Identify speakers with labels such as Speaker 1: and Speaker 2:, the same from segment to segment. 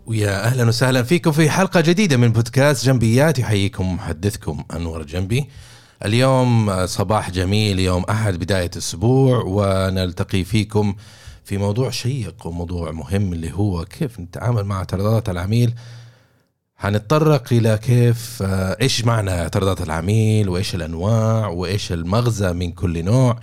Speaker 1: ويا أهلا وسهلا فيكم في حلقة جديدة من بودكاست جنبيات. يحييكم محدثكم أنور جنبي. اليوم صباح جميل، يوم أحد بداية أسبوع، ونلتقي فيكم في موضوع شيق وموضوع مهم اللي هو كيف نتعامل مع اعتراضات العميل. هنتطرق إلى كيف إيش معنى اعتراضات العميل، وإيش الأنواع، وإيش المغزى من كل نوع،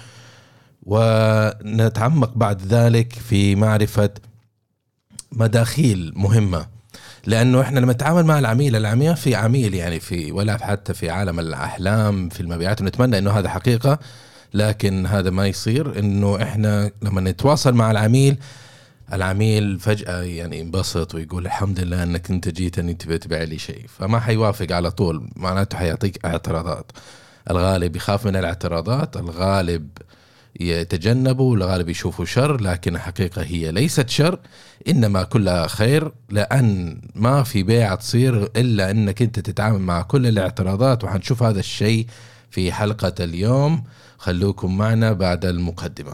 Speaker 1: ونتعمق بعد ذلك في معرفة مداخيل مهمة. لأنه إحنا لما نتعامل مع العميل في عميل يعني في ولا حتى في عالم الأحلام في المبيعات، ونتمنى إنه هذا حقيقة، لكن هذا ما يصير. إنه إحنا لما نتواصل مع العميل فجأة يعني ينبسط ويقول الحمد لله أنك أنت جيت أن تبيع لي شيء، فما حيوافق على طول، معناته حيعطيك اعتراضات. الغالب يخاف من الاعتراضات، الغالب يتجنبوا، الغالب يشوفوا شر، لكن الحقيقة هي ليست شر، إنما كلها خير، لأن ما في بيع تصير إلا أنك أنت تتعامل مع كل الاعتراضات. وحنشوف هذا الشيء في حلقة اليوم. خلوكم معنا بعد المقدمة.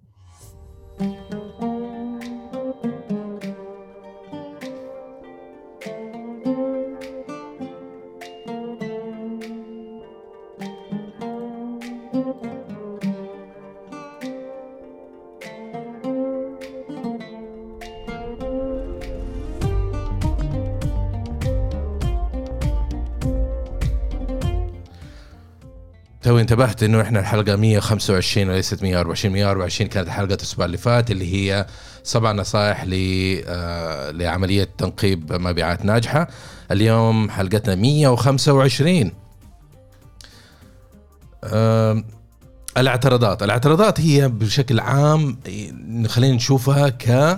Speaker 1: تو انتبهت انه احنا الحلقة 125 وليست 124. 124 كانت حلقة الاسبوع اللي فات اللي هي 7 نصائح لعملية تنقيب مبيعات ناجحة. اليوم حلقتنا 125. الاعتراضات هي بشكل عام خلينا نشوفها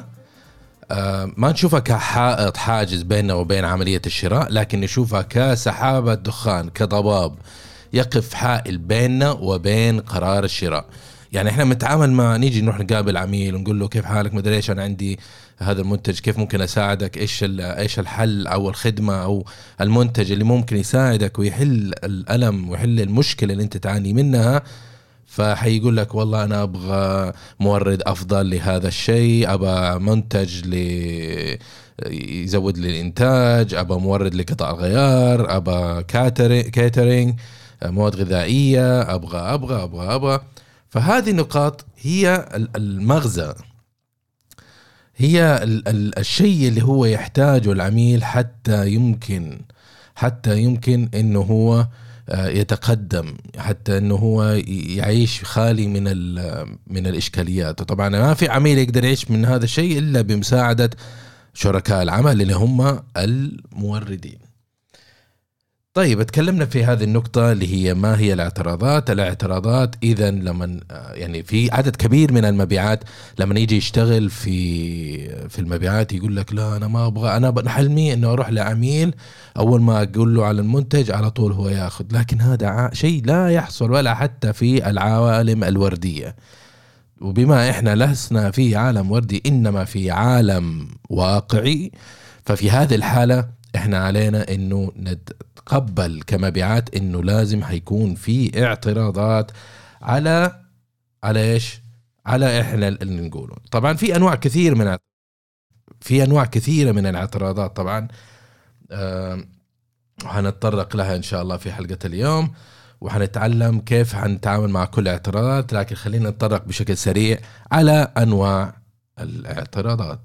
Speaker 1: ما نشوفها كحائط حاجز بيننا وبين عملية الشراء، لكن نشوفها كسحابة دخان، كضباب يقف حائل بيننا وبين قرار الشراء. يعني احنا متعامل مع نيجي نروح نقابل عميل ونقول له كيف حالك، مدري ايش، انا عندي هذا المنتج، كيف ممكن اساعدك، ايش الحل او الخدمة او المنتج اللي ممكن يساعدك ويحل الألم ويحل المشكلة اللي انت تعاني منها. فحيقول لك والله انا ابغى مورد افضل لهذا الشيء، ابغى منتج يزود لي الانتاج، ابغى مورد لقطع الغيار، ابغى كاترينج، مواد غذائية، أبغى. فهذه النقاط هي المغزى، هي الشيء اللي هو يحتاجه العميل حتى يمكن إنه هو يتقدم، حتى إنه هو يعيش خالي من الإشكاليات. وطبعا ما في عميل يقدر يعيش من هذا الشيء إلا بمساعدة شركاء العمل اللي هم الموردين. طيب، اتكلمنا في هذه النقطة اللي هي ما هي الاعتراضات. إذا لما يعني في عدد كبير من المبيعات لما يجي يشتغل في المبيعات يقول لك لا أنا ما أبغى، أنا حلمي إنه أروح لعميل أول ما أقول له على المنتج على طول هو يأخذ. لكن هذا شيء لا يحصل ولا حتى في العوالم الوردية. وبما إحنا لسنا في عالم وردي إنما في عالم واقعي، ففي هذه الحالة إحنا علينا إنه نتقبل كمبيعات إنه لازم هيكون في اعتراضات على إيش؟ على إحنا اللي نقوله. طبعا في أنواع كثيرة من الاعتراضات طبعا، وحنتطرق لها إن شاء الله في حلقة اليوم، وحنتعلم كيف حنتعامل مع كل اعتراضات. لكن خلينا نتطرق بشكل سريع على أنواع الاعتراضات.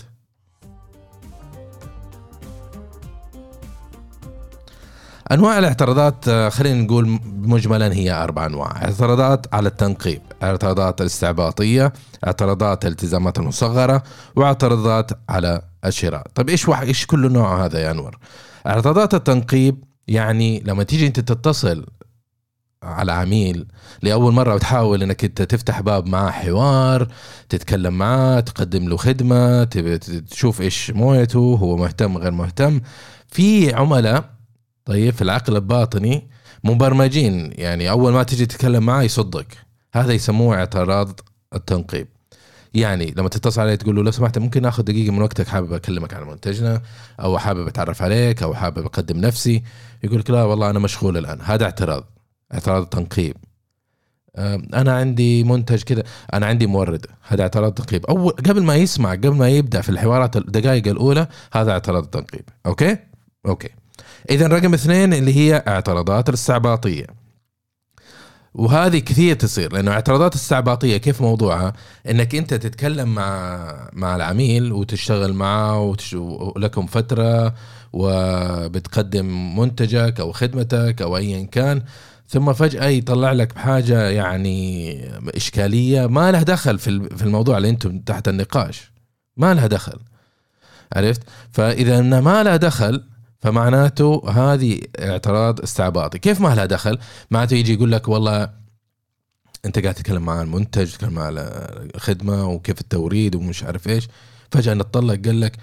Speaker 1: أنواع الاعتراضات خلينا نقول مجملا هي 4 أنواع. اعتراضات على التنقيب، اعتراضات الاستعباطية، اعتراضات الالتزامات المصغرة، واعتراضات على الشراء. طيب إيش كل نوع هذا يا أنور؟ اعتراضات التنقيب يعني لما تيجي أنت تتصل على عميل لأول مرة وتحاول أنك أنت تفتح باب معه حوار، تتكلم معه، تقدم له خدمة، تشوف إيش مويته، هو مهتم غير مهتم. في عملاء طيب في العقل الباطني مبرمجين، يعني أول ما تيجي تتكلم معه يصدق. هذا يسموه اعتراض التنقيب. يعني لما تتصل عليه تقول له لو سمحت ممكن أخذ دقيقة من وقتك، حابب أكلمك عن منتجنا، أو حابب أتعرف عليك، أو حابب أقدم نفسي. يقول لك لا والله أنا مشغول الآن. هذا اعتراض التنقيب. انا عندي منتج كذا، انا عندي مورد، هذا اعتراض تنقيب. اول قبل ما يسمع، قبل ما يبدا في الحوارات الدقائق الاولى، هذا اعتراض تنقيب. اوكي. اذا رقم 2 اللي هي اعتراضات الاستعباطيه، وهذه كثير تصير. لانه اعتراضات الاستعباطيه كيف موضوعها؟ انك انت تتكلم مع العميل وتشتغل معه ولكم فتره وبتقدم منتجك او خدمتك او ايا كان، ثم فجأة يطلع لك بحاجة يعني إشكالية ما لها دخل في الموضوع اللي أنتم تحت النقاش، ما لها دخل. عرفت؟ فإذا ما لها دخل فمعناته هذه اعتراض استعباطي. كيف ما لها دخل؟ معناته يجي يقول لك والله أنت قاعد تتكلم مع المنتج، تتكلم مع الخدمة وكيف التوريد ومش عارف إيش، فجأة نتطلق قال لك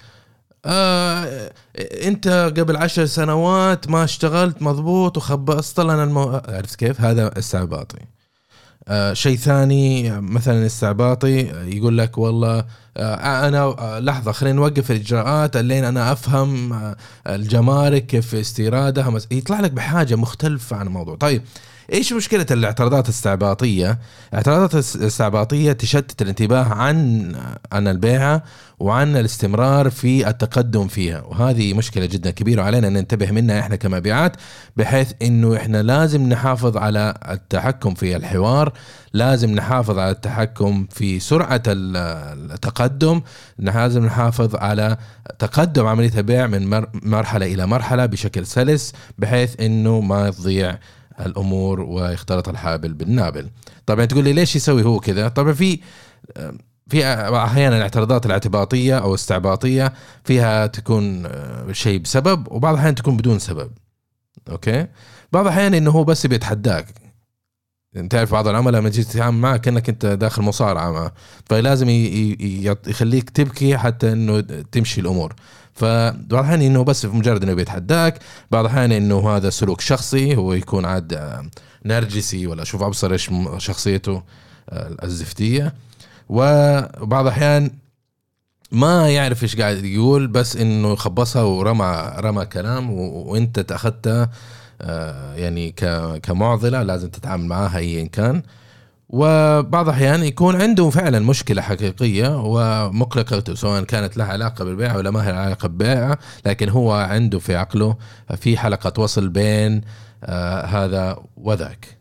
Speaker 1: انت قبل 10 سنوات ما اشتغلت مضبوط وخبصت لنا عرفت كيف؟ هذا استعباطي. شيء ثاني مثلا استعباطي يقول لك والله انا لحظة خلينا نوقف الاجراءات لين انا افهم الجمارك كيف استيرادها، يطلع لك بحاجة مختلفة عن الموضوع. طيب ايش مشكلة الاعتراضات الاستعباطية؟ الاعتراضات الاستعباطية تشتت الانتباه عن البيعة وعن الاستمرار في التقدم فيها، وهذه مشكلة جدا كبيرة علينا ان ننتبه منها احنا كمبيعات، بحيث انه احنا لازم نحافظ على التحكم في الحوار، لازم نحافظ على التحكم في سرعة التقدم، لازم نحافظ على تقدم عملية البيع من مرحلة الى مرحلة بشكل سلس، بحيث انه ما تضيع الامور ويختلط الحابل بالنابل. طبعا تقول لي ليش يسوي هو كذا؟ طبعا في احيانا الاعتراضات الاعتباطيه او استعباطيه فيها تكون شيء بسبب، وبعض الاحيان تكون بدون سبب. اوكي، بعض الاحيان انه هو بس بيتحداك. انت تعرف بعض العملاء لما تيجي تتعامل معه كأنك انت داخل مصارعه معه، فلازم يخليك تبكي حتى انه تمشي الامور. فبعض الأحيان إنه بس مجرد إنه بيتحداك، بعض الأحيان إنه هذا سلوك شخصي، هو يكون عاد نرجسي ولا شوف أبصر إيش شخصيته الزفتية، وبعض الأحيان ما يعرف إيش قاعد يقول، بس إنه خبصها ورمى كلام وإنت تأخذتها يعني كمعضلة لازم تتعامل معها أيا كان. وبعض الأحيان يكون عنده فعلا مشكلة حقيقية ومقلقة، سواء كانت لها علاقة بالبيع ولا ما هي علاقة بالبيع، لكن هو عنده في عقله في حلقة وصل بين هذا وذاك.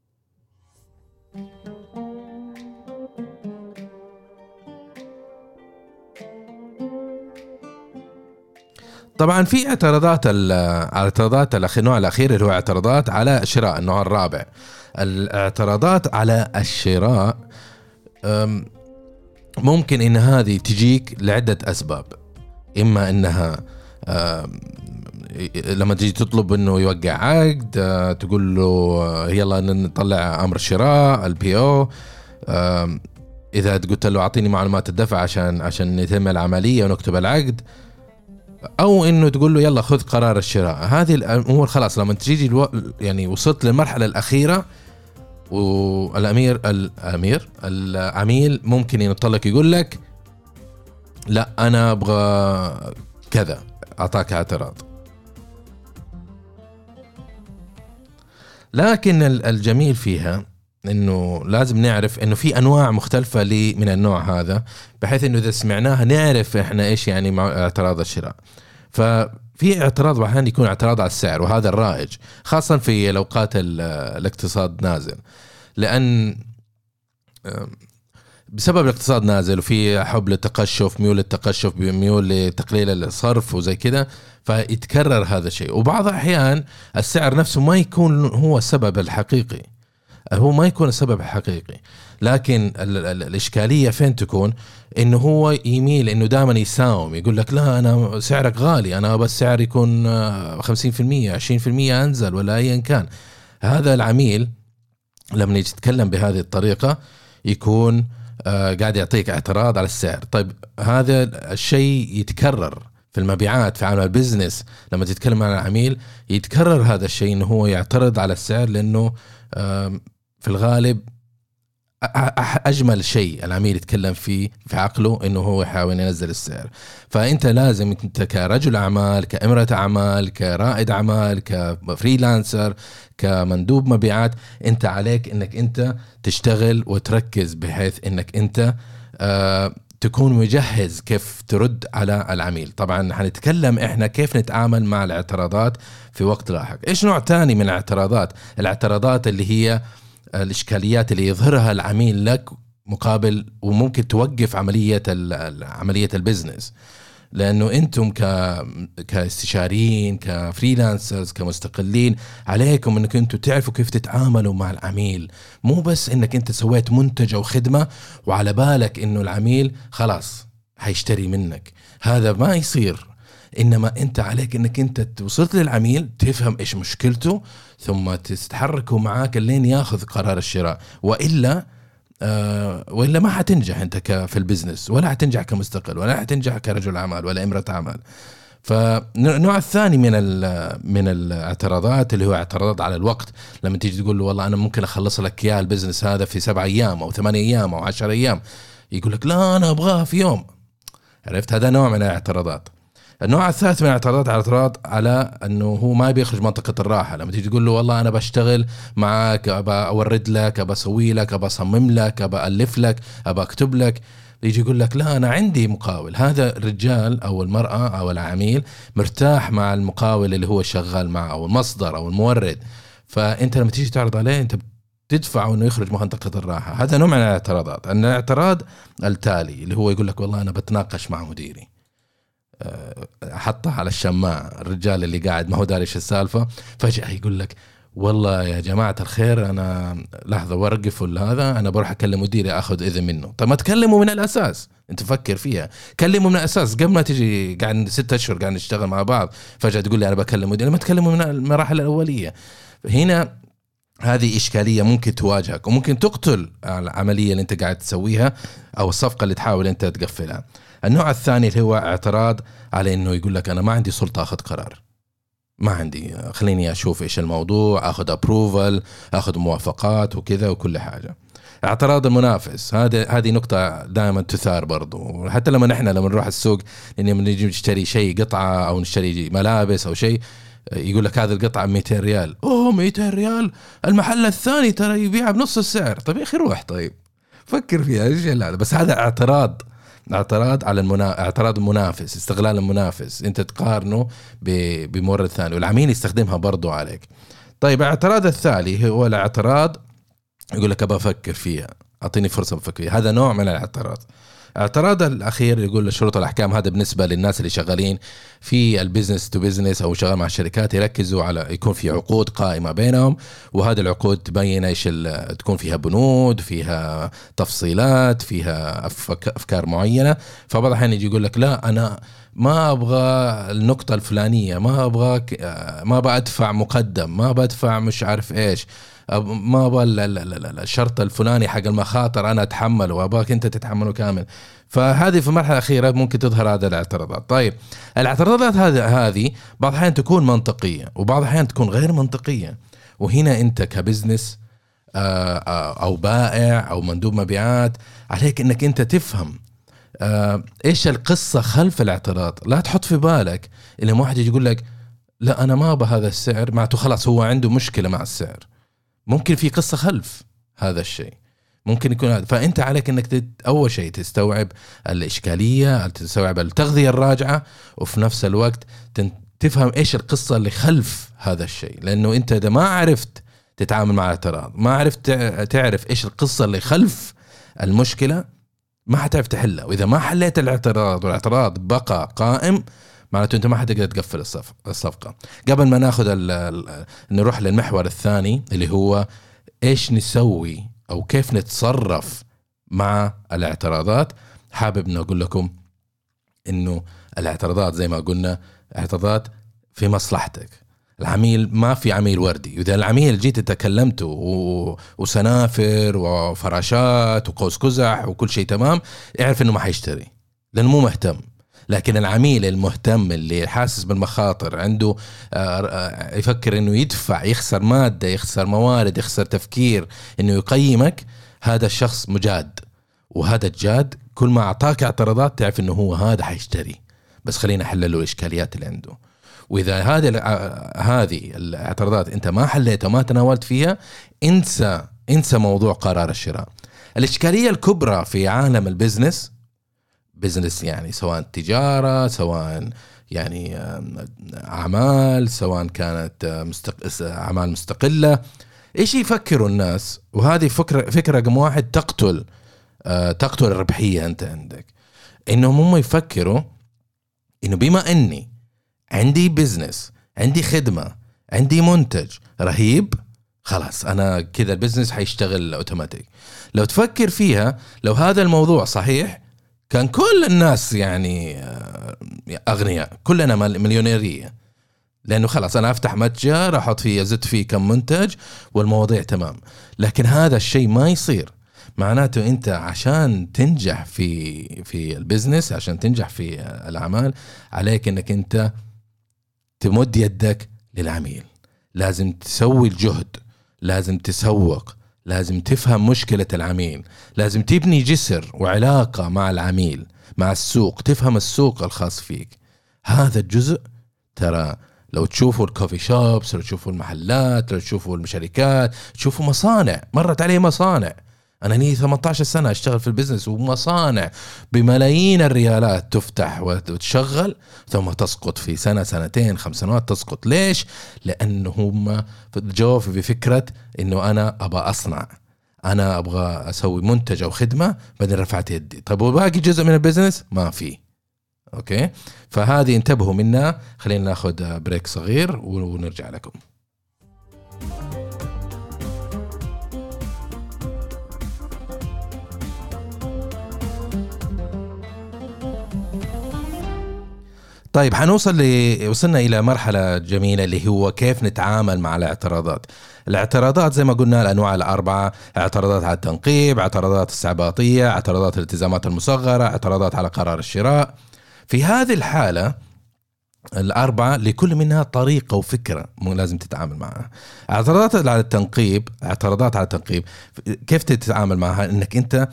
Speaker 1: طبعا في اعتراضات النوع الأخير اللي هو اعتراضات على شراء، النوع الرابع الاعتراضات على الشراء. ممكن ان هذه تجيك لعدة اسباب. اما انها لما تجي تطلب انه يوقع عقد، تقول له يلا نطلع امر شراء البي او، اذا قلت له اعطيني معلومات الدفع عشان يتم العملية ونكتب العقد، او انه تقول له يلا خذ قرار الشراء. هذه الامور خلاص لما تجي يعني وصلت للمرحلة الاخيرة، العميل ممكن ينطلق يقول لك لا أنا أبغى كذا، أعطاك اعتراض. لكن الجميل فيها إنه لازم نعرف إنه في أنواع مختلفة من النوع هذا، بحيث إنه إذا سمعناها نعرف إحنا إيش يعني مع اعتراض الشراء. ففي اعتراض أحيانا يكون اعتراض على السعر، وهذا الرائج خاصة في الأوقات الاقتصاد نازل، لأن بسبب الاقتصاد نازل وفي حب للتقشف، ميول للتقشف، ميول لتقليل الصرف وزي كده، فيتكرر هذا الشيء. وبعض الأحيان السعر نفسه ما يكون هو السبب الحقيقي، هو ما يكون السبب الحقيقي، لكن الإشكالية فين تكون؟ إنه هو يميل إنه دائما يساوم، يقول لك لا أنا سعرك غالي، أنا بس سعر يكون 50% 20% أنزل ولا أيا كان. هذا العميل لما يجي يتكلم بهذه الطريقة يكون قاعد يعطيك اعتراض على السعر. طيب هذا الشيء يتكرر في المبيعات، في عالم البزنس، لما تتكلم عن العميل يتكرر هذا الشيء، إنه هو يعترض على السعر، لأنه في الغالب أجمل شيء العميل يتكلم فيه في عقله إنه هو يحاول ينزل السعر. فأنت لازم أنت كرجل أعمال، كامرأة أعمال، كرائد أعمال، كفريلانسر، كمندوب مبيعات، أنت عليك إنك أنت تشتغل وتركز بحيث إنك أنت تكون مجهز كيف ترد على العميل. طبعا حنتكلم إحنا كيف نتعامل مع الاعتراضات في وقت لاحق. إيش نوع تاني من الاعتراضات؟ الاعتراضات اللي هي الإشكاليات اللي يظهرها العميل لك مقابل وممكن توقف عملية البزنس. لأنه أنتم كاستشاريين، كفريلانسرز، كمستقلين، عليكم أنك أنتم تعرفوا كيف تتعاملوا مع العميل. مو بس أنك أنت سويت منتج أو خدمة وعلى بالك أنه العميل خلاص هيشتري منك، هذا ما يصير. إنما أنت عليك أنك أنت توصلت للعميل، تفهم إيش مشكلته، ثم تتحركوا معاك لين ياخذ قرار الشراء. وإلا ما حتنجح أنت في البزنس، ولا حتنجح كمستقل، ولا حتنجح كرجل أعمال ولا امرأة أعمال. فالنوع الثاني من الاعتراضات اللي هو اعتراض على الوقت. لما تيجي تقول له والله أنا ممكن أخلص لك إياه البزنس هذا في 7 أيام أو 8 أيام أو 10 أيام، يقول لك لا أنا أبغاها في يوم. عرفت؟ هذا نوع من الاعتراضات. النوع الثالث من الاعتراضات اعتراض على انه هو ما بيخرج منطقة الراحة. لما تيجي تقول له والله انا بشتغل معك، ابى اورد لك، ابى اسوي لك، ابى اصمم لك، ابى الف لك، ابى اكتب لك، يجي يقول لك لا انا عندي مقاول. هذا الرجال او المرأة او العميل مرتاح مع المقاول اللي هو شغال معه او المصدر او المورد. فانت لما تيجي تعرض عليه انت تدفعه انه يخرج منطقة الراحة. هذا نوع من الاعتراضات. الاعتراض التالي اللي هو يقول لك والله انا بتناقش مع مديري، حطها على الشماعة، الرجال اللي قاعد ما هو داري ايش السالفة، فجأة يقول لك والله يا جماعة الخير أنا لحظة وقف ولا هذا، أنا بروح أكلم مديري أخذ إذن منه. طب ما تكلموا من الأساس، أنت فكر فيها، كلموا من الأساس قبل ما تجي. قاعد 6 أشهر قاعد نشتغل مع بعض، فجأة تقول لي أنا بكلم مديري. ما تكلموا من المراحل الأولية. هنا هذه إشكالية ممكن تواجهك وممكن تقتل العملية اللي أنت قاعد تسويها أو الصفقة اللي تحاول أنت تقفلها. النوع الثاني اللي هو اعتراض على إنه يقول لك أنا ما عندي سلطة أخذ قرار، ما عندي، خليني أشوف إيش الموضوع، أخذ أبروفل، أخذ موافقات وكذا وكل حاجة. اعتراض المنافس، هذه نقطة دائما تثار برضو. حتى لما نروح السوق، لما نجي نشتري شيء قطعة أو نشتري ملابس أو شيء، يقول لك هذه القطعة 200 ريال. 200 ريال، المحل الثاني ترى يبيعها بنص السعر. طيب يا أخي روح، طيب فكر فيها إيش. لا بس هذا اعتراض على اعتراض المنافس، استغلال المنافس، انت تقارنه بمورد ثاني والعميل يستخدمها برضو عليك. طيب الاعتراض الثاني هو الاعتراض يقول لك ابى افكر فيها، اعطيني فرصة بفكر فيها. هذا نوع من الاعتراض. الاعتراض الاخير يقول شروط الاحكام. هذا بالنسبه للناس اللي شغالين في البيزنس تو بيزنس او شغال مع الشركات، يركزوا على يكون في عقود قائمه بينهم، وهذه العقود تبين ايش تكون فيها بنود، فيها تفصيلات، فيها افكار معينه. فبعض الاحيان يجي يقول لك لا انا ما ابغى النقطه الفلانيه، ما ابغى ادفع مقدم، ما بدفع مش عارف ايش، ما ابغى الشرط الفلاني حق المخاطر انا اتحمله وابغاك انت تتحمله كامل. فهذه في المرحله الاخيره ممكن تظهر هذه الاعتراضات. طيب الاعتراضات هذه بعض الاحيان تكون منطقيه وبعض الاحيان تكون غير منطقيه. وهنا انت كبزنس او بائع او مندوب مبيعات عليك انك انت تفهم ايش القصه خلف الاعتراض. لا تحط في بالك ان واحد يجي يقول لك لا انا ما ابغى هذا السعر، معناته خلاص هو عنده مشكله مع السعر. ممكن في قصة خلف هذا الشيء، ممكن يكون هذا. فأنت عليك أنك أول شيء تستوعب الإشكالية، تستوعب التغذية الراجعة، وفي نفس الوقت تفهم إيش القصة اللي خلف هذا الشيء. لأنه أنت إذا ما عرفت تتعامل مع الاعتراض، ما عرفت تعرف إيش القصة اللي خلف المشكلة، ما حتعرف تحلها. وإذا ما حليت الاعتراض والاعتراض بقى قائم، معناته أنت ما حتقدر تقفل الصفقة. قبل ما نروح للمحور الثاني اللي هو إيش نسوي أو كيف نتصرف مع الاعتراضات، حابب نقول لكم إنه الاعتراضات زي ما قلنا اعتراضات في مصلحتك. العميل ما في عميل وردي. إذا العميل جيت تكلمته وسنافر وفراشات وقوس قزح وكل شيء تمام، اعرف إنه ما حيشتري لأنه مو مهتم. لكن العميل المهتم اللي حاسس بالمخاطر، عنده يفكر انه يدفع، يخسر مادة، يخسر موارد، يخسر تفكير، انه يقيمك، هذا الشخص مجاد، وهذا الجاد كل ما أعطاك اعتراضات تعرف إنه هو هذا حيشتري، بس خلينا نحل له الإشكاليات اللي عنده. وإذا هذه الاعتراضات أنت ما حليتها ما تناولت فيها، انسى موضوع قرار الشراء. الإشكالية الكبرى في عالم البزنس يعني سواء تجارة، سواء يعني أعمال، سواء كانت أعمال مستقلة، إيش يفكروا الناس؟ وهذه فكرة رقم واحد تقتل الربحية أنت عندك، إنهم هم يفكروا إنه بما أني عندي بزنس، عندي خدمة، عندي منتج رهيب، خلاص أنا كذا البزنس حيشتغل أوتوماتيك. لو تفكر فيها، لو هذا الموضوع صحيح كان كل الناس يعني أغنياء، كلنا مليونيرية، لأنه خلاص أنا أفتح متجر أحط فيه أزت فيه كم منتج والمواضيع تمام. لكن هذا الشيء ما يصير. معناته أنت عشان تنجح في البزنس، عشان تنجح في الأعمال، عليك أنك أنت تمد يدك للعميل، لازم تسوي الجهد، لازم تسوق، لازم تفهم مشكلة العميل، لازم تبني جسر وعلاقة مع العميل، مع السوق، تفهم السوق الخاص فيك. هذا الجزء ترى لو تشوفوا الكوفي شوبس، لو تشوفوا المحلات، لو تشوفوا الشركات، تشوفوا مصانع، مرت عليه مصانع. أنا لي 18 سنة أشتغل في البزنس، ومصانع بملايين الريالات تفتح وتشغل ثم تسقط في سنة سنتين 5 سنوات تسقط. ليش؟ لأنه هم جو بفكرة إنه أنا أبغى أصنع، أنا أبغى أسوي منتج أو خدمة، بعدين رفعت يدي. طب وباقي جزء من البزنس ما في. أوكي، فهذه انتبهوا منها. خلينا ناخذ بريك صغير ونرجع لكم. طيب وصلنا إلى مرحلة جميلة اللي هو كيف نتعامل مع الاعتراضات. الاعتراضات زي ما قلنا الأنواع 4: اعتراضات على التنقيب، اعتراضات السعباطية، اعتراضات الالتزامات المصغرة، اعتراضات على قرار الشراء. في هذه الحالة 4 لكل منها طريقة وفكرة لازم تتعامل معها. اعتراضات على التنقيب كيف تتعامل معها؟ انك انت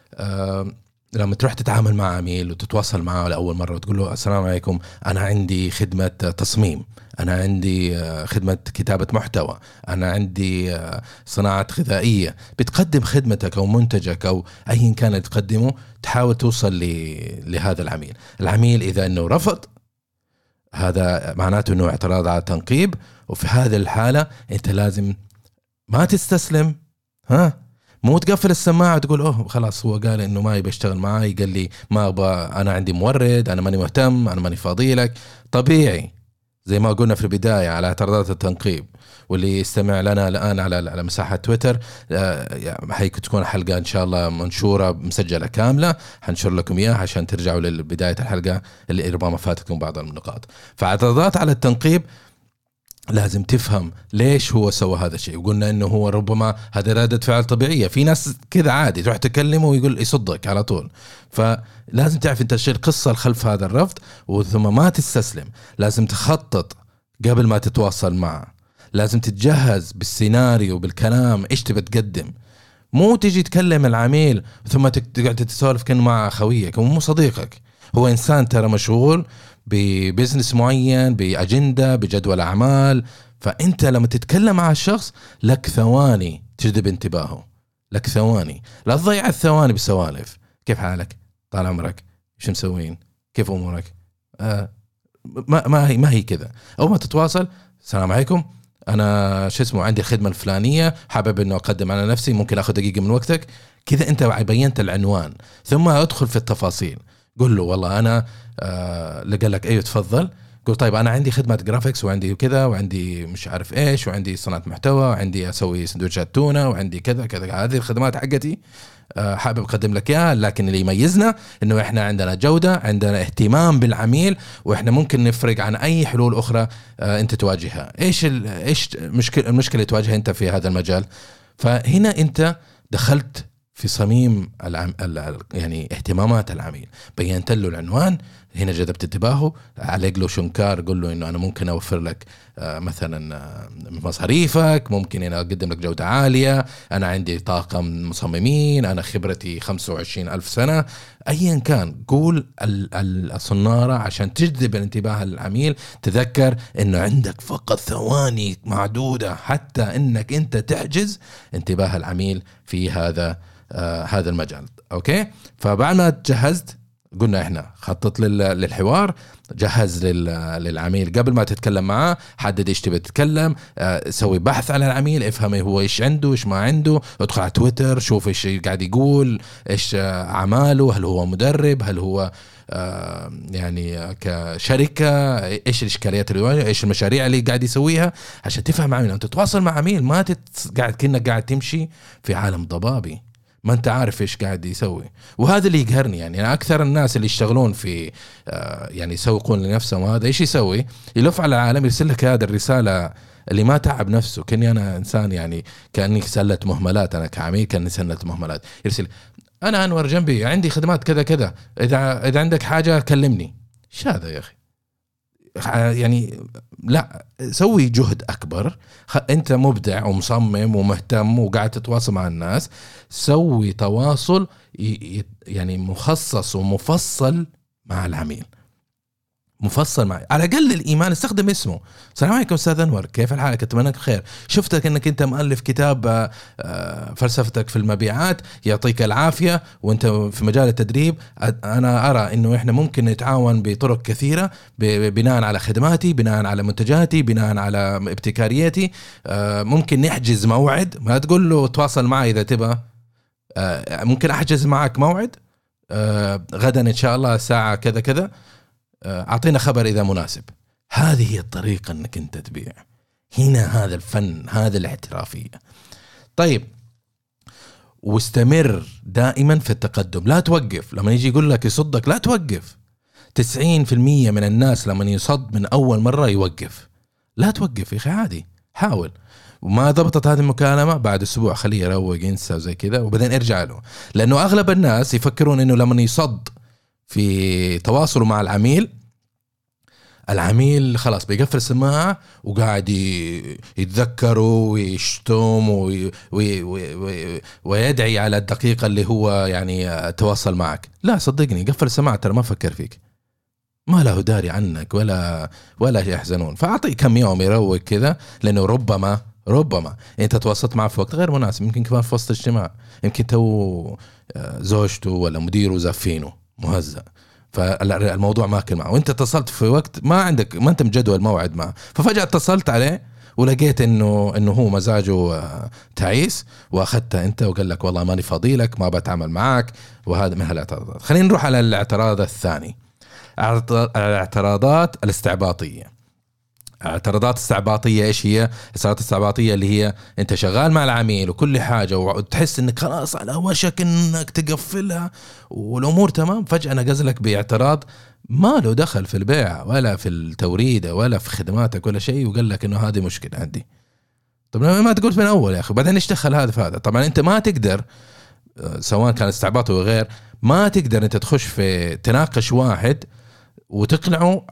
Speaker 1: لما تروح تتعامل مع عميل وتتواصل معه لأول مرة وتقول له السلام عليكم، أنا عندي خدمة تصميم، أنا عندي خدمة كتابة محتوى، أنا عندي صناعة غذائية، بتقدم خدمتك أو منتجك أو أي كان تقدمه، تحاول توصل لهذا العميل إذا أنه رفض، هذا معناته أنه اعتراض على تنقيب. وفي هذه الحالة أنت لازم ما تستسلم، مو تقفل السماعة وتقول أوه خلاص هو قال إنه ما يبي يشتغل معي، قال لي ما أبغى، أنا عندي مورد، أنا ماني مهتم، أنا ماني فاضي لك. طبيعي زي ما قلنا في البداية على اعتراضات التنقيب. واللي يستمع لنا الآن على مساحة تويتر، تكون حلقة إن شاء الله منشورة مسجلة كاملة، حنشر لكم إياها عشان ترجعوا لبداية الحلقة اللي ربما فاتتكم بعض النقاط. فاعتراضات على التنقيب لازم تفهم ليش هو سوى هذا الشيء. وقلنا انه هو ربما هذا ردة فعل طبيعية، في ناس كذا عادي تروح تكلمه ويقول يصدق على طول. فلازم تعرف انت الشيء القصة الخلف هذا الرفض، وثم ما تستسلم. لازم تخطط قبل ما تتواصل معه، لازم تتجهز بالسيناريو بالكلام ايش تبي تقدم. مو تيجي تكلم العميل ثم تقعد تسولف كأنه مع خويك، هو مو صديقك، هو انسان ترى مشغول ببزنس معين، بأجندة، بجدول أعمال. فأنت لما تتكلم مع الشخص لك ثواني تجذب انتباهه، لك ثواني، لا تضيع الثواني بسوالف. كيف حالك؟ طال عمرك؟ ايش مسوين؟ كيف أمورك؟ ما هي كذا. أول ما تتواصل السلام عليكم، أنا عندي الخدمة الفلانية، حابب إنه أقدم على نفسي، ممكن أخذ دقيقة من وقتك. كذا أنت بينت العنوان، ثم أدخل في التفاصيل. قل له والله أنا اللي قال لك أيوة تفضل. قل طيب أنا عندي خدمة جرافيكس، وعندي كذا، وعندي مش عارف إيش، وعندي صناعة محتوى، وعندي أسوي سندوتشات تونة، وعندي كذا كذا، هذه الخدمات حقتي حابب أقدم لك إياها. لكن اللي يميزنا إنه إحنا عندنا جودة، عندنا اهتمام بالعميل، وإحنا ممكن نفرق عن أي حلول أخرى أنت تواجهها. إيش المشكلة اللي تواجهها أنت في هذا المجال؟ فهنا أنت دخلت في صميم يعني اهتمامات العميل، بينت له العنوان، هنا جذبت انتباهه، علق له شنكار، قل له انه انا ممكن اوفر لك مثلا مصاريفك، ممكن انا اقدم لك جودة عالية، انا عندي طاقم مصممين، انا خبرتي 25,000 سنة، ايا كان. قول الصنارة عشان تجذب الانتباه العميل. تذكر انه عندك فقط ثواني معدودة حتى انك انت تحجز انتباه العميل في هذا المجال. اوكي، فبعد ما تجهزت، قلنا احنا خطط للحوار، جهز للعميل قبل ما تتكلم معاه، حدد ايش تبي تتكلم، سوي بحث على العميل، افهم هو ايش عنده ايش ما عنده، ادخل على تويتر شوف ايش قاعد يقول، ايش اعماله، هل هو مدرب، هل هو يعني كشركة، ايش الاشكاليات اللي يواجهها، ايش المشاريع اللي قاعد يسويها، عشان تفهم عميل. انت تتواصل مع عميل ما قاعد كأنك قاعد تمشي في عالم ضبابي، ما انت عارف ايش قاعد يسوي. وهذا اللي يقهرني، يعني أنا اكثر الناس اللي يشتغلون في يعني يسوقون لنفسهم، هذا ايش يسوي؟ يلف على العالم يرسل لك هذا الرسالة اللي ما تعب نفسه، كأني انا انسان يعني كأني سلة مهملات، انا كعميل كأني سلة مهملات. يرسل انا انور جنبي عندي خدمات كذا كذا، اذا عندك حاجة كلمني. ايش هذا يا اخي؟ يعني لا، سوي جهد أكبر، أنت مبدع ومصمم ومهتم وقاعد تتواصل مع الناس، سوي تواصل يعني مخصص ومفصل مع العميل، مفصل معي على الأقل الإيمان. استخدم اسمه، السلام عليكم أستاذ أنور، كيف حالك؟ أتمنى لك خير، شفتك أنك أنت مؤلف كتاب فلسفتك في المبيعات، يعطيك العافية، وأنت في مجال التدريب. أنا أرى أنه إحنا ممكن نتعاون بطرق كثيرة، بناء على خدماتي، بناء على منتجاتي، بناء على ابتكاريتي. ممكن نحجز موعد، ما تقول له تواصل معي إذا تبغى، ممكن أحجز معك موعد غدا إن شاء الله الساعة كذا كذا، أعطينا خبر إذا مناسب. هذه هي الطريقة أنك أنت تبيع. هنا هذا الفن، هذا الاحترافية. طيب، واستمر دائما في التقدم، لا توقف. لما يجي يقول لك يصدق لا توقف. 90% من الناس لما يصد من أول مرة يوقف. لا توقف يا أخي، عادي، حاول. وما ضبطت هذه المكالمة، بعد أسبوع خليه يروق ينسى وزي كذا، وبعدين ارجع له. لأنه أغلب الناس يفكرون إنه لما يصد في تواصله مع العميل خلاص بيقفل السماعة وقاعد يتذكروا ويشتم ويدعي على الدقيقة اللي هو يعني تواصل معك. لا صدقني، قفل السماعة، ترى ما فكر فيك، ما له داري عنك ولا يحزنون. فأعطي كم يوم يروق كذا، لأنه ربما أنت تواصلت معه في وقت غير مناسب، يمكن كمان في وسط اجتماع، يمكن تو زوجته ولا مديره زافينه مهزأ، فالموضوع ماكل معه، وانت اتصلت في وقت ما انت مجدول موعد معه، ففجأة اتصلت عليه ولقيت انه هو مزاجه تعيس، واخدته انت وقال لك والله ماني فاضي لك، ما بتعامل معك. وهذا من هالاعتراضات. خلينا نروح على الاعتراض الثاني، الاعتراضات الاستعباطية. اعتراضات استعباطية ايش هي؟ الاعتراضات الاستعباطية اللي هي انت شغال مع العميل وكل حاجة وتحس انك خلاص على وشك انك تقفلها والامور تمام، فجأة نقزلك باعتراض ما له دخل في البيع ولا في التوريد ولا في خدماتك ولا شيء، وقال لك انه هذه مشكلة عندي. طب ما تقول من اول يا اخي، بعدين ايش دخل هذا في هذا؟ طبعا انت ما تقدر، سواء كان استعباطي وغير، ما تقدر انت تخش في تناقش واحد وتقنعه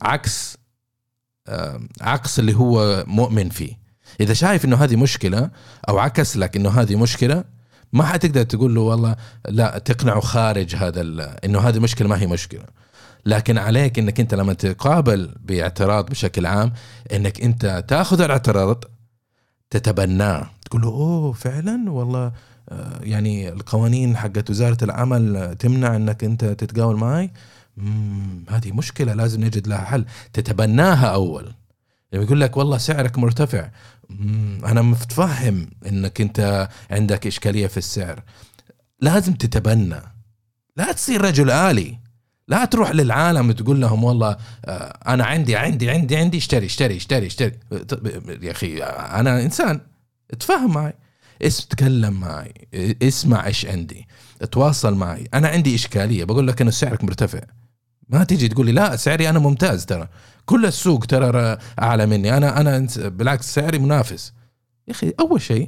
Speaker 1: عكس اللي هو مؤمن فيه. إذا شايف إنه هذه مشكلة أو عكس لك إنه هذه مشكلة، ما حتقدر تقول له والله لا، تقنعه خارج هذا إنه هذه مشكلة ما هي مشكلة. لكن عليك إنك أنت لما تقابل باعتراض بشكل عام، إنك أنت تأخذ الاعتراض تتبناه، تقول له أوه فعلا والله يعني القوانين حقت وزارة العمل تمنع إنك أنت تتقاول معي، هذه مشكلة لازم نجد لها حل. تتبناها أول. لما يقول لك والله سعرك مرتفع، أنا متفهم إنك أنت عندك إشكالية في السعر، لازم تتبنى. لا تصير رجل آلي، لا تروح للعالم وتقول لهم والله أنا عندي اشتري. يا أخي أنا إنسان، اتفاهم معي، تكلم معي، اسمع إيش عندي، تواصل معي. أنا عندي إشكالية، بقول لك إنه سعرك مرتفع، ما تيجي تقول لي لا سعري أنا ممتاز، ترى كل السوق ترى أعلى مني، أنا بالعكس سعري منافس. يا أخي أول شيء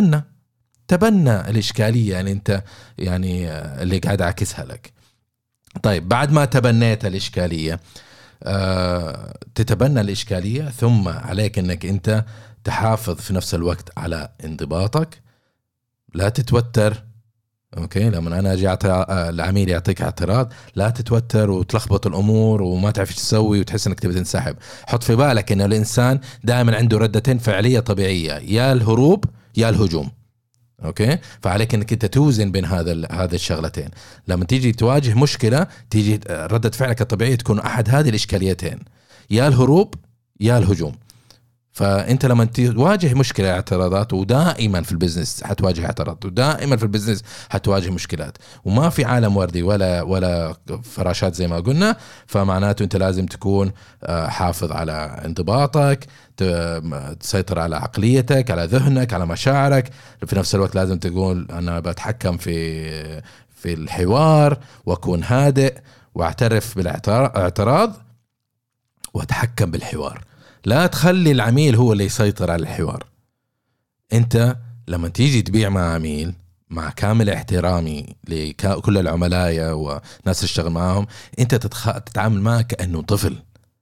Speaker 1: تبنى الإشكالية اللي أنت يعني اللي قاعد أعكسها لك. طيب بعد ما تبنيت الإشكالية، تتبنى الإشكالية، ثم عليك أنك أنت تحافظ في نفس الوقت على انضباطك، لا تتوتر. اوكي، لما انا اجي العميل يعطيك اعتراض، لا تتوتر وتلخبط الامور وما تعرف ايش تسوي وتحس انك تبي تنسحب. حط في بالك ان الانسان دائما عنده ردتين فعليه طبيعيه، يا الهروب يا الهجوم. اوكي، فعليك انك انت توزن بين هذا الشغلتين. لما تيجي تواجه مشكله، تيجي رده فعلك الطبيعيه تكون احد هذه الاشكاليتين، يا الهروب يا الهجوم. فانت لما تواجه مشكله اعتراضات، ودائما في البزنس حتواجه اعتراضات، ودائما في البزنس حتواجه مشكلات، وما في عالم وردي ولا فراشات زي ما قلنا. فمعناته انت لازم تكون حافظ على انضباطك، تسيطر على عقليتك، على ذهنك، على مشاعرك. في نفس الوقت لازم تقول انا بتحكم في الحوار، واكون هادئ، واعترف بالاعتراض، واتحكم بالحوار. لا تخلي العميل هو اللي يسيطر على الحوار. انت لما تيجي تبيع مع عميل، مع كامل احترامي لكل العملاء وناس تشتغل معهم، انت تتعامل معه كأنه طفل.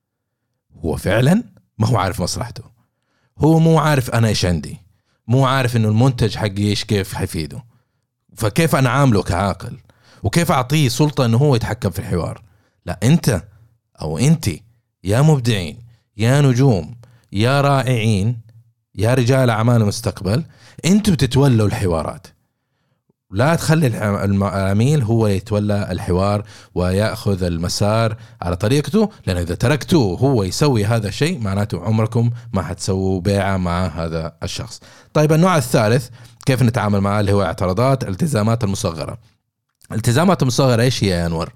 Speaker 1: هو فعلا ما هو عارف مصلحته، هو مو عارف انا ايش عندي، مو عارف انه المنتج حقي ايش كيف حيفيده. فكيف انا عامله كعاقل، وكيف اعطيه سلطة انه هو يتحكم في الحوار؟ لا، انت او انتي يا مبدعين، يا نجوم، يا رائعين، يا رجال أعمال المستقبل، أنتوا تتولوا الحوارات. لا تخلي العميل هو يتولى الحوار ويأخذ المسار على طريقته، لأن إذا تركتوه هو يسوي هذا الشيء، معناته عمركم ما حتسووا بيعة مع هذا الشخص. طيب النوع الثالث كيف نتعامل معه، اللي هو اعتراضات الالتزامات المصغرة. الالتزامات المصغرة إيش هي يا أنور؟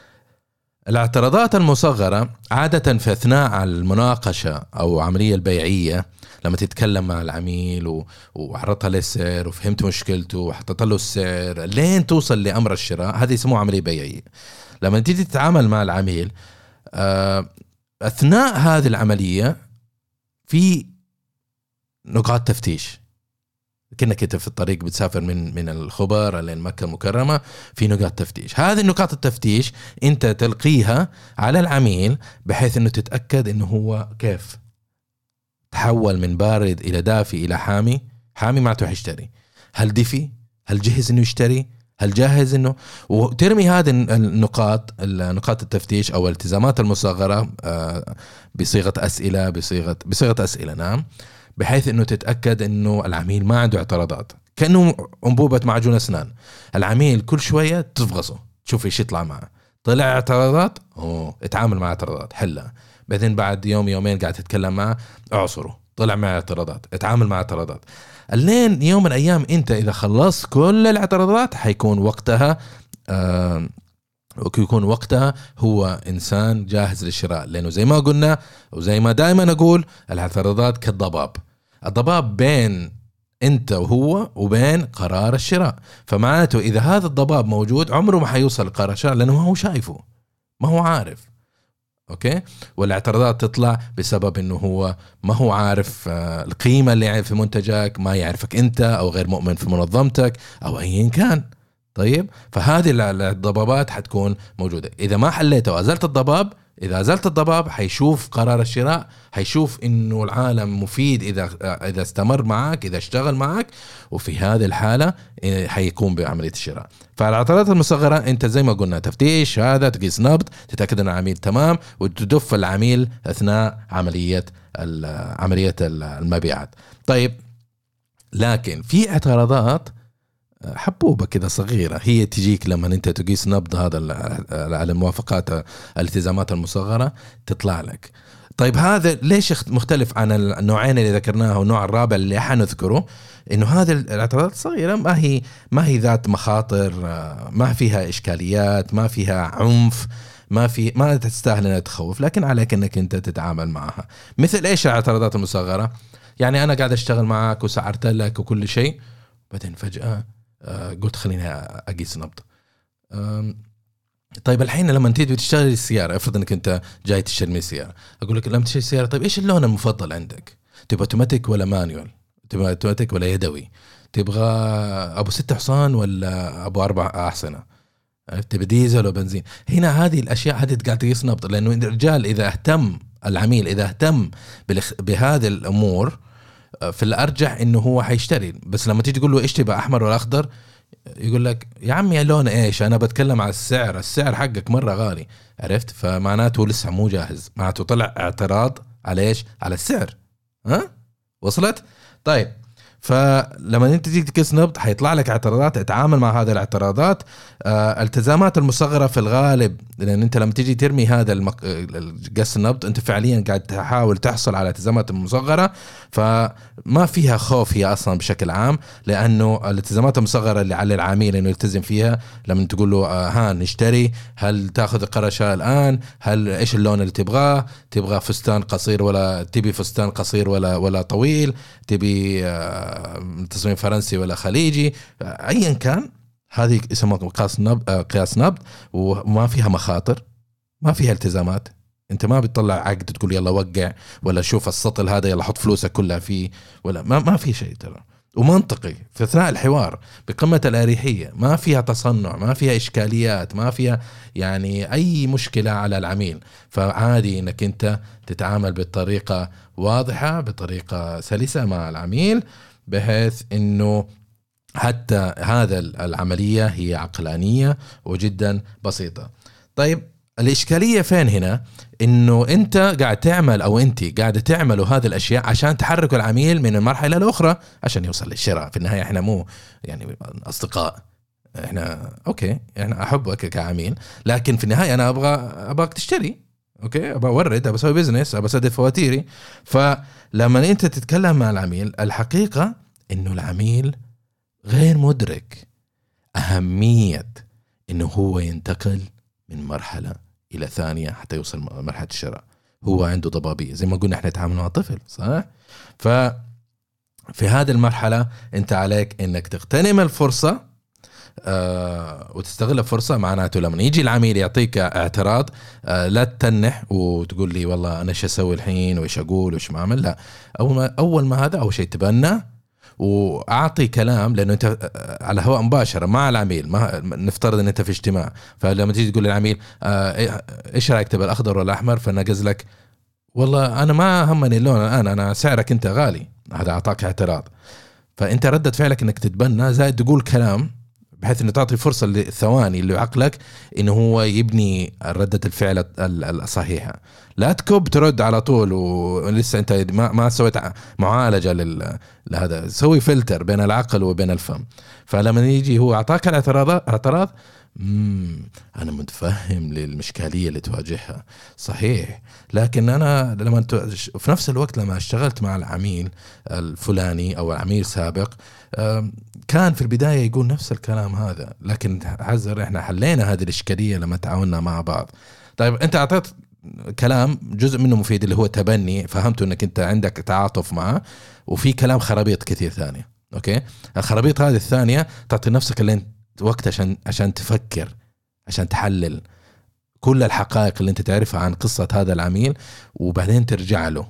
Speaker 1: الاعتراضات المصغرة عادة في أثناء المناقشة أو عملية البيعية، لما تتكلم مع العميل وعرضت له السعر وفهمت مشكلته وحطت له السعر لين توصل لأمر الشراء، هذه يسموها عملية بيعية. لما تيجي تتعامل مع العميل أثناء هذه العملية في نقاط تفتيش، كأنك انت في الطريق بتسافر من الخبر لين مكة المكرمة، في نقاط تفتيش. هذه النقاط التفتيش انت تلقيها على العميل بحيث انه تتأكد انه هو كيف تحول من بارد الى دافي الى حامي. حامي معناته حيشتري، هل دفي، هل جهز انه يشتري، هل جاهز انه، وترمي هذه النقاط التفتيش او الالتزامات المصغرة بصيغة اسئلة، بصيغة اسئلة، نعم، بحيث انه تتأكد انه العميل ما عنده اعتراضات. كأنه انبوبة معجون اسنان، العميل كل شوية تفغصه تشوف ايش يطلع معه. طلع اعتراضات، اتعامل مع اعتراضات، حلها. بعدين بعد يوم يومين قاعد تتكلم معه، اعصره، طلع مع اعتراضات، اتعامل مع اعتراضات. اللين يوم من الايام انت اذا خلصت كل الاعتراضات حيكون وقتها ويكون وقتها هو إنسان جاهز للشراء. لأنه زي ما قلنا وزي ما دائما أقول، الاعتراضات كالضباب، الضباب بين أنت وهو وبين قرار الشراء. فمعناته إذا هذا الضباب موجود عمره ما حيوصل لقرار الشراء، لأنه ما هو شايفه، ما هو عارف. أوكي، والاعتراضات تطلع بسبب أنه هو ما هو عارف القيمة اللي في منتجك، ما يعرفك أنت، أو غير مؤمن في منظمتك، أو أيا كان. طيب، فهذه الضبابات حتكون موجودة. إذا ما حليته وأزلت الضباب، إذا أزلت الضباب حيشوف قرار الشراء، حيشوف إنه العالم مفيد إذا استمر معك، إذا اشتغل معك، وفي هذه الحالة حيقوم بعملية الشراء. فالعطلات المصغرة أنت زي ما قلنا تفتيش، هذا تقيس نبض، تتأكد أن العميل تمام، وتدف العميل أثناء عملية المبيعات. طيب، لكن في اعتراضات حبوبة كذا صغيرة هي تجيك لما أنت تقيس نبض هذا على الموافقات الالتزامات المصغرة تطلع لك. طيب، هذا ليش مختلف عن النوعين اللي ذكرناه والنوع الرابع اللي حنذكره؟ إنه هذه الاعتراضات الصغيرة ما هي ذات مخاطر، ما فيها إشكاليات، ما فيها عنف، ما تستاهل أنها تخوف، لكن عليك أنك أنت تتعامل معها. مثل إيش الاعتراضات المصغرة؟ يعني أنا قاعد أشتغل معك وسعرت لك وكل شيء، بعدين فجأة قلت خليني أقيس نبض. طيب الحين لما تيجي تشتري السيارة، افرض انك انت جاي تشتري من السيارة، اقول لك لما تشتري السيارة، طيب ايش اللون المفضل عندك؟ تبغى اوتوماتيك ولا مانيوال؟ تبغى اوتوماتيك ولا يدوي؟ تبغى ابو 6 حصان ولا ابو 4 احصنة؟ تبي ديزل وبنزين. هنا هذه الاشياء هذه قاعد تقيس نبض، لانه الرجال اذا اهتم، العميل اذا اهتم بهذه الامور، في الارجح انه هو حيشتري. بس لما تيجي تقول له ايش تبغى، احمر ولا اخضر، يقول لك يا عمي لون ايش، انا بتكلم على السعر، السعر حقك مره غالي. عرفت؟ فمعناته لسه مو جاهز، معناته طلع اعتراض على ايش؟ على السعر. ها وصلت؟ طيب، فلما انت تيجي تقيس نبض حيطلع لك اعتراضات، اتعامل مع هذه الاعتراضات. التزامات المصغره في الغالب، لان انت لما تيجي ترمي هذا قياس النبض انت فعليا قاعد تحاول تحصل على التزامات المصغره، فما فيها خوف هي اصلا بشكل عام، لانه الالتزامات المصغره اللي على العميل انه يلتزم فيها. لما تقول له ها نشتري، هل تاخذ القرار شراء الان؟ هل ايش اللون اللي تبغاه؟ تبغى فستان قصير ولا تبي فستان قصير ولا طويل؟ تبي تصميم فرنسي ولا خليجي؟ ايا كان، هذه اسمها قياس نبض، وما فيها مخاطر، ما فيها التزامات. انت ما بتطلع عقد تقول يلا وقع، ولا شوف السطل هذا يلا حط فلوسك كلها فيه، ولا ما في شيء ترى. ومنطقي في اثناء الحوار بقمة الاريحية، ما فيها تصنع، ما فيها اشكاليات، ما فيها يعني اي مشكلة على العميل. فعادي انك انت تتعامل بطريقة واضحة، بطريقة سلسة مع العميل، بحيث انه حتى هذا العملية هي عقلانية وجدا بسيطة. طيب الإشكالية فين هنا؟ إنه أنت قاعد تعمل أو أنت قاعدة تعملوا هذه الأشياء عشان تحركوا العميل من المرحلة الأخرى عشان يوصل للشراء. في النهاية إحنا مو يعني أصدقاء، إحنا أوكي، إحنا أحبك كعميل، لكن في النهاية أنا أبغاك تشتري، أوكي، أبغى أورد، أبغى أسوي بيزنس، أبغى أسدد فواتيري. فلما أنت تتكلم مع العميل، الحقيقة إنه العميل غير مدرك أهمية إنه هو ينتقل من مرحلة إلى ثانية حتى يوصل مرحلة الشراء. هو عنده ضبابية، زي ما قلنا إحنا نتعامل مع طفل، صح؟ ففي هذه المرحلة أنت عليك إنك تغتنم الفرصة وتستغل الفرصة. معناته لما يجي العميل يعطيك اعتراض، لا تتنح وتقول لي والله أنا إيش أسوي الحين وإيش أقول وإيش ما أعمل. لا، أول ما هذا أول شيء تبنى واعطي كلام، لانه انت على هواء مباشره مع العميل. ما نفترض ان انت في اجتماع، فلما تيجي تقول للعميل ايش رايك تبغى الاخضر ولا الاحمر، فنقز لك والله انا ما همني اللون الان، انا سعرك انت غالي، هذا اعطاك اعتراض. فانت ردة فعلك انك تتبنى زائد تقول كلام، بحيث انه تعطي فرصه للثواني اللي عقلك انه هو يبني ردة الفعل الصحيحه. لا تكب ترد على طول ولسه انت ما سويت معالجه لهذا. سوي فلتر بين العقل وبين الفم. فلما يجي هو اعطاك اعتراض، انا متفهم للمشكليه اللي تواجهها، صحيح، لكن انا في نفس الوقت لما اشتغلت مع العميل الفلاني او عميل سابق، كان في البدايه يقول نفس الكلام هذا، لكن حذر احنا حلينا هذه الاشكاليه لما تعاوننا مع بعض. طيب انت اعطيت كلام جزء منه مفيد اللي هو تبني، فهمته انك انت عندك تعاطف معه، وفي كلام خرابيط كثير ثانيه. اوكي، الخرابيط هذه الثانيه تعطي نفسك اللي وقت عشان تفكر، عشان تحلل كل الحقائق اللي انت تعرفها عن قصة هذا العميل، وبعدين ترجع له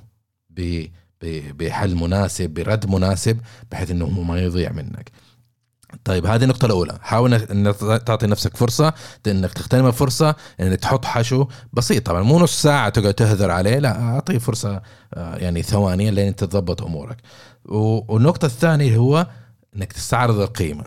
Speaker 1: بحل مناسب، برد مناسب، بحيث انه ما يضيع منك. طيب هذه النقطة الأولى، حاول أن تعطي نفسك فرصة، أنك تغتنم الفرصة، أنك تحط حشو بسيط. طبعا مو نص ساعة تقعد تهذر عليه، لا، أعطيه فرصة يعني ثواني لين أنت تضبط أمورك. والنقطة الثانية هو أنك تستعرض القيمة.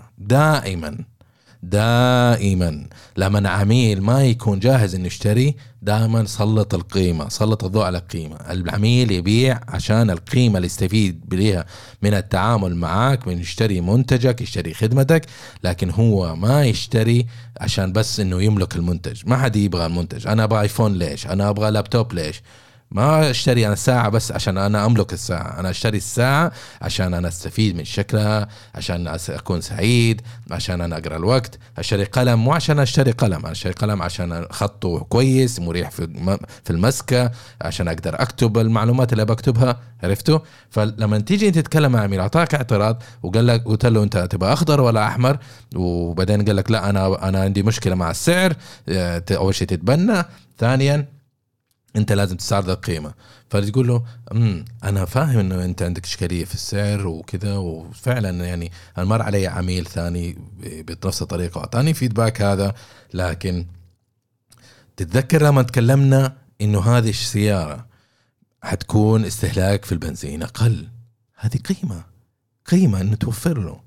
Speaker 1: دائما لما عميل ما يكون جاهز انه يشتري، دائما سلط القيمة، سلط الضوء على القيمة. العميل يبيع عشان القيمة اللي يستفيد بها من التعامل معك، من يشتري منتجك، يشتري خدمتك، لكن هو ما يشتري عشان بس انه يملك المنتج. ما حد يبغى المنتج. انا ابغى ايفون ليش؟ انا ابغى لابتوب ليش؟ ما اشتري انا ساعة بس عشان انا املك الساعة، انا اشتري الساعة عشان انا استفيد من شكلها، عشان اكون سعيد، عشان انا اقرا الوقت. اشتري قلم مو عشان اشتري قلم، انا اشتري قلم عشان خطه كويس مريح في المسكة، عشان اقدر اكتب المعلومات اللي بكتبها. عرفتوا؟ فلما تيجي انت تتكلم مع عميل اعطاك اعتراض وقال لك، قلت له انت تبغى اخضر ولا احمر، وبعدين قال لك لا انا عندي مشكلة مع السعر، اول شيء تتبنى. ثانيا انت لازم تستعرض القيمة. فتقول له انا فاهم انه انت عندك اشكالية في السعر وكذا، وفعلا يعني انا مر علي عميل ثاني بنفس الطريقة واعطاني فيدباك هذا، لكن تتذكر لما تكلمنا انه هذه السيارة حتكون استهلاك في البنزين اقل، هذه قيمة انه توفر له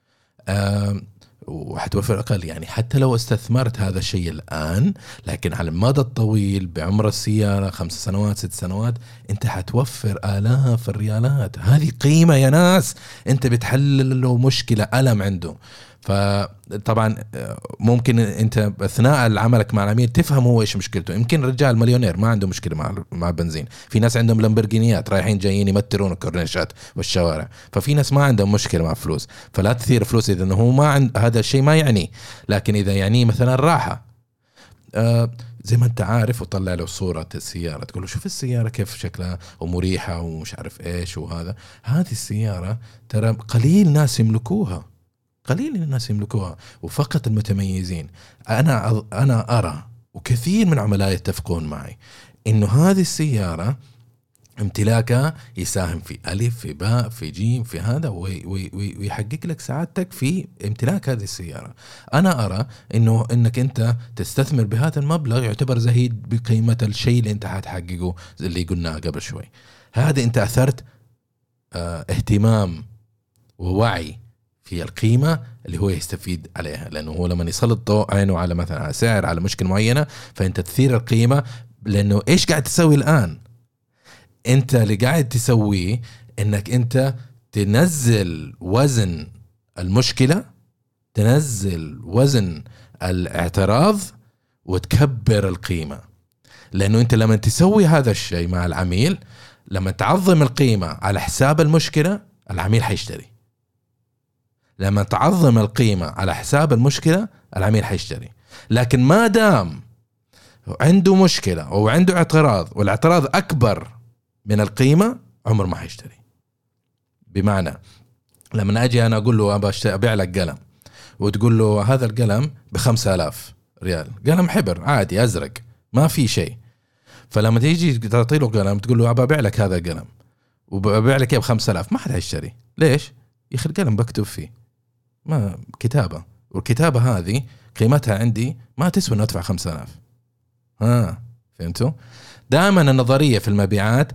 Speaker 1: وحتوفر أقل. يعني حتى لو استثمرت هذا الشيء الآن، لكن على المدى الطويل بعمر السيارة 5 سنوات 6 سنوات أنت حتوفر آلاف الريالات. هذه قيمة يا ناس، أنت بتحلل له مشكلة ألم عنده. فطبعا ممكن أنت أثناء عملك مع العميل تفهم هو إيش مشكلته. يمكن رجال مليونير ما عنده مشكلة مع البنزين، في ناس عندهم لامبرجينيات رايحين جايين يمترون الكورنيشات والشوارع، ففي ناس ما عندهم مشكلة مع فلوس. فلا تثير فلوس إذا هو ما عند هذا الشيء ما يعني، لكن إذا يعني مثلا راحة زي ما أنت عارف، وطلع له صورة السيارة تقول له شوف السيارة كيف شكلها ومريحة ومش عارف إيش وهذا. هذه السيارة ترى قليل الناس يملكوها وفقط المتميزين. أنا أرى وكثير من عملائي يتفقون معي إنه هذه السيارة امتلاكها يساهم في ألف في باء في جيم في هذا، ويحقق لك سعادتك في امتلاك هذه السيارة. أنا أرى إنك أنت تستثمر بهذا المبلغ يعتبر زهيد بقيمة الشيء اللي أنت هتحققه، اللي قلناه قبل شوي. هذا أنت أثرت اهتمام ووعي في القيمة اللي هو يستفيد عليها، لأنه هو لما يسلط ضوء عينه على مثلا على سعر على مشكلة معينة، فأنت تثير القيمة. لأنه إيش قاعد تسوي الآن؟ أنت اللي قاعد تسويه إنك أنت تنزل وزن المشكلة، تنزل وزن الاعتراض، وتكبر القيمة. لأنه أنت لما تسوي هذا الشيء مع العميل، لما تعظم القيمة على حساب المشكلة، العميل حيشتري. لما تعظم القيمة على حساب المشكلة، العميل حيشتري. لكن ما دام عنده مشكلة وعنده اعتراض والاعتراض أكبر من القيمة، عمر ما حيشتري. بمعنى لما أجي أنا أقول له أبيع لك قلم، وتقول له هذا القلم ب5,000 ريال، قلم حبر عادي أزرق ما في شيء. فلما تيجي تعطي له قلم تقول له أبيع لك هذا القلم وببيع لك ب5,000، ما حد هيشتري. ليش؟ يا أخي القلم بكتب فيه ما كتابة، والكتابة هذه قيمتها عندي ما تسوى أن أدفع 5,000. فهمتوا؟ دائما النظرية في المبيعات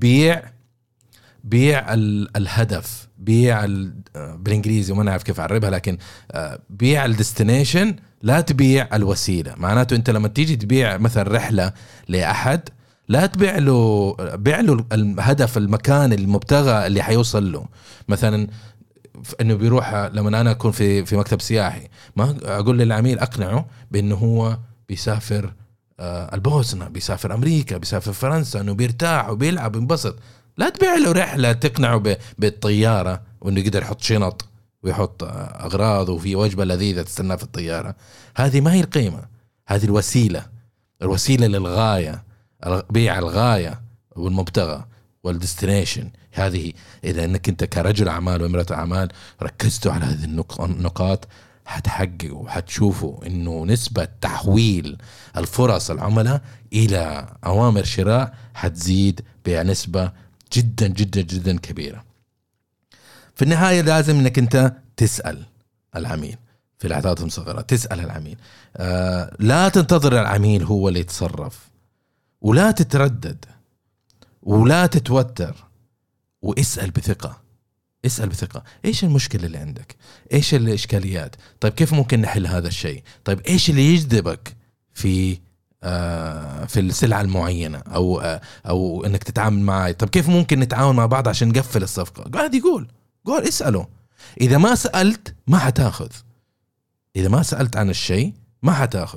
Speaker 1: بيع الهدف، بيع بالإنجليزي وما نعرف كيف أعربها، لكن بيع الديستنيشن، لا تبيع الوسيلة. معناته أنت لما تيجي تبيع مثلا رحلة لأحد، لا تبيع له، بيع له الهدف، المكان المبتغى اللي حيوصل له. مثلا انه بيروح، لما انا اكون في مكتب سياحي، ما اقول للعميل اقنعه بانه هو بيسافر البوسنة، بيسافر امريكا، بيسافر فرنسا، انه بيرتاح وبيلعب وينبسط. لا تبيع له رحلة تقنعه بالطيارة وانه يقدر يحط شنط ويحط اغراض وفي وجبة لذيذة تستنى في الطيارة. هذه ما هي القيمة، هذه الوسيلة للغاية، بيع الغاية والمبتغى والديستنيشن. هذه إذا أنك أنت كرجل أعمال وامرأة أعمال ركزتوا على هذه النقاط، هتحققوا وهتشوفوا إنه نسبة تحويل الفرص العملاء إلى أوامر شراء هتزيد بنسبة جدا جدا جدا كبيرة. في النهاية لازم أنك أنت تسأل العميل في الأعداد المصغرة، تسأل العميل، لا تنتظر العميل هو اللي يتصرف، ولا تتردد ولا تتوتر، واسأل بثقة. ايش المشكلة اللي عندك؟ ايش الاشكاليات؟ طيب كيف ممكن نحل هذا الشيء؟ طيب ايش اللي يجذبك في السلعة المعينة او انك تتعامل معي؟ طيب كيف ممكن نتعاون مع بعض عشان نقفل الصفقة؟ قاعد يقول اسأله. اذا ما سألت ما حتاخذ، اذا ما سألت عن الشيء ما حتاخذ.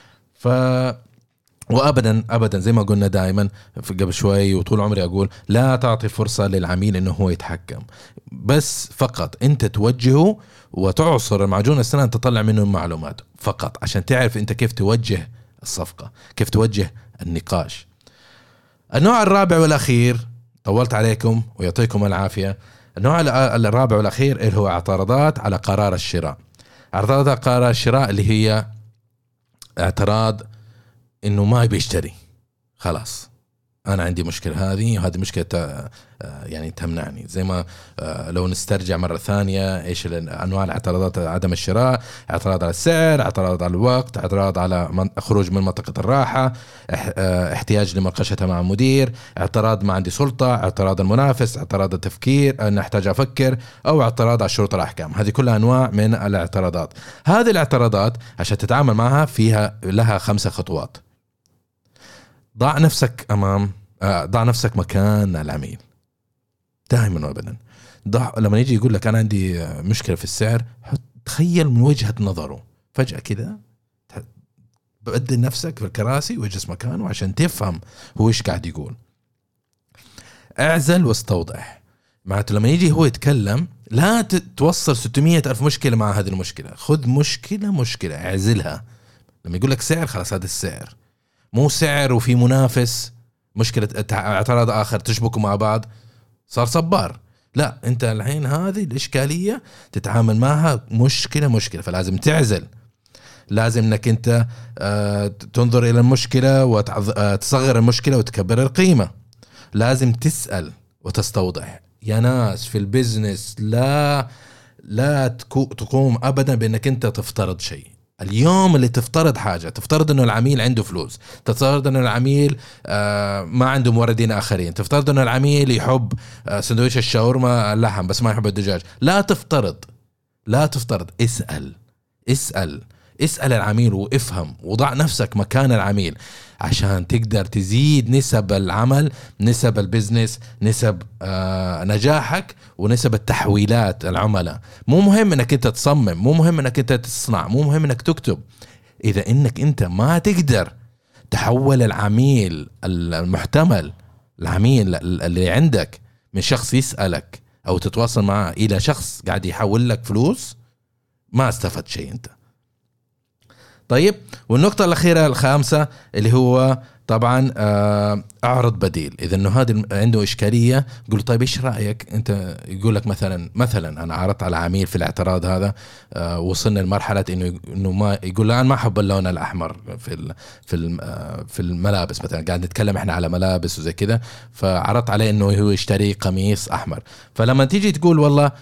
Speaker 1: وابدا زي ما قلنا دائما قبل شوي وطول عمري اقول، لا تعطي فرصة للعميل انه هو يتحكم، بس فقط انت توجهه وتعصر معجون السنان تطلع منه المعلومات فقط عشان تعرف انت كيف توجه الصفقة، كيف توجه النقاش. النوع الرابع والاخير، طولت عليكم ويعطيكم العافية. النوع الرابع والاخير اللي هو اعتراضات على قرار الشراء. اعتراضات على قرار الشراء اللي هي اعتراض انه ما يبي يشتري، خلاص أنا عندي مشكلة هذه، وهذه مشكلة يعني تمنعني. زي ما لو نسترجع مرة ثانية إيش أنواع الاعتراضات: عدم الشراء، اعتراض على السعر، اعتراض على الوقت، اعتراض على خروج من منطقة الراحة، احتياج لمناقشتها مع المدير، اعتراض ما عندي سلطة، اعتراض المنافس، اعتراض التفكير أن أحتاج أفكر، أو اعتراض على الشروط والأحكام. هذه كلها أنواع من الاعتراضات. هذه الاعتراضات عشان تتعامل معها لها 5 خطوات. ضع نفسك مكان العميل دائما وابدا. لما يجي يقول لك انا عندي مشكله في السعر، تخيل من وجهه نظره فجاه كده، بدل نفسك في الكراسي واجلس مكانه عشان تفهم هو ايش قاعد يقول. اعزل واستوضح. معناته لما يجي هو يتكلم لا توصل 600,000 مشكله مع هذه المشكله. خذ مشكله اعزلها. لما يقول لك سعر، خلاص هذا السعر، مو سعر وفي منافس مشكلة اعتراض آخر تشبكوا مع بعض صار صبار. لا، انت الحين هذه الإشكالية تتعامل معها مشكلة. فلازم تعزل. لازم انك انت تنظر الى المشكلة وتصغر المشكلة وتكبر القيمة. لازم تسأل وتستوضح. يا ناس في البيزنس لا تقوم ابدا بانك انت تفترض شيء. اليوم اللي تفترض حاجة، تفترض انه العميل عنده فلوس، تفترض انه العميل ما عنده موردين اخرين، تفترض انه العميل يحب سندويش الشاورما اللحم بس ما يحب الدجاج. لا تفترض. اسأل العميل وافهم، وضع نفسك مكان العميل عشان تقدر تزيد نسب العمل، نسب البزنس، نسب نجاحك، ونسب التحويلات العملاء. مو مهم انك انت تصمم، مو مهم انك انت تصنع، مو مهم انك تكتب. اذا انك انت ما تقدر تحول العميل المحتمل، العميل اللي عندك، من شخص يسألك او تتواصل معه الى شخص قاعد يحول لك فلوس، ما استفدت شيء انت. طيب، والنقطة الأخيرة الخامسة اللي هو طبعا أعرض بديل. إذا إنه هذا عنده إشكالية، قول طيب إيش رأيك أنت؟ يقول لك مثلا أنا عرضت على عميل في الاعتراض هذا، وصلنا لمرحلة إنه ما يقول لا أنا ما أحب اللون الأحمر في الملابس مثلا، قاعد نتكلم إحنا على ملابس وزي كذا، فعرضت عليه إنه هو يشتري قميص أحمر. فلما تيجي تقول والله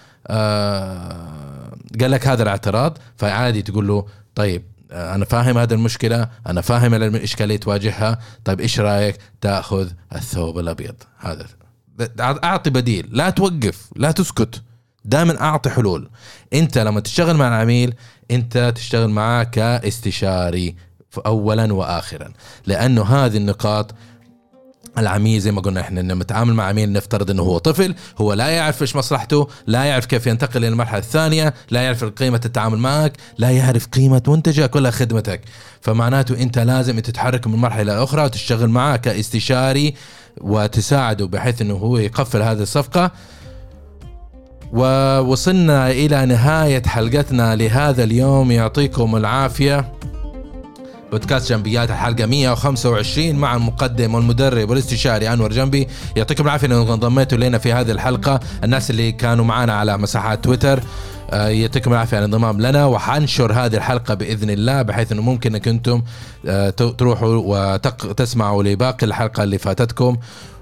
Speaker 1: قال لك هذا الاعتراض، فعادي تقول له طيب أنا فاهم هذا المشكلة، أنا فاهم الإشكالية تواجهها، طيب إيش رأيك تأخذ الثوب الأبيض هذا؟ أعطي بديل، لا توقف، لا تسكت، دائما أعطي حلول. أنت لما تشتغل مع العميل أنت تشتغل معاه كاستشاري أولا وآخرا، لأنه هذه النقاط. العميل زي ما قلنا احنا لما نتعامل مع عميل نفترض انه هو طفل، هو لا يعرف ايش مصلحته، لا يعرف كيف ينتقل الى المرحله الثانيه، لا يعرف قيمه التعامل معك، لا يعرف قيمه منتجك ولا خدمتك. فمعناته انت لازم تتحرك من مرحله الى اخرى وتشتغل معه كاستشاري وتساعده بحيث انه هو يقفل هذه الصفقه. ووصلنا الى نهايه حلقتنا لهذا اليوم. يعطيكم العافيه. بودكاست جنبيات الحلقة 125 مع المقدم والمدرب والاستشاري أنور جنبي. يعطيكم العافية أنكم انضميتوا لنا في هذه الحلقة. الناس اللي كانوا معنا على مساحات تويتر يعطيكم العافية على الانضمام لنا، وحنشر هذه الحلقة بإذن الله بحيث أنه ممكن أنكم أنتم تروحوا وتسمعوا لباقي الحلقة اللي فاتتكم.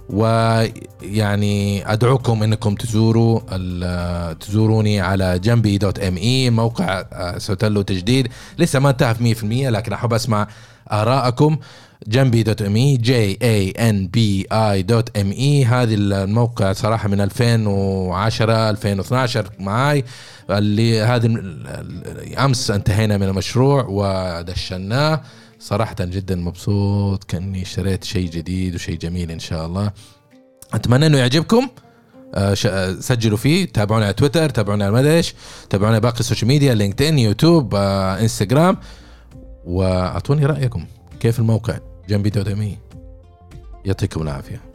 Speaker 1: ويعني أدعوكم أنكم تزوروني على جنبي.me، موقع سوتلو تجديد لسه ما انتهى 100%، لكن أحب أسمع آراءكم. جنبي.me JANBI.me. هذه الموقع صراحة من 2010 2012 معاي، اللي هذه أمس انتهينا من المشروع ودشناه. صراحة جدا مبسوط كأني اشتريت شيء جديد وشيء جميل إن شاء الله. أتمنى أنه يعجبكم. سجلوا فيه، تابعونا على تويتر، تابعونا على المدش، تابعونا باقي السوشيال ميديا، لينكدين، يوتيوب، انستغرام، وأعطوني رأيكم كيف الموقع جنبي.me. يعطيكم العافية.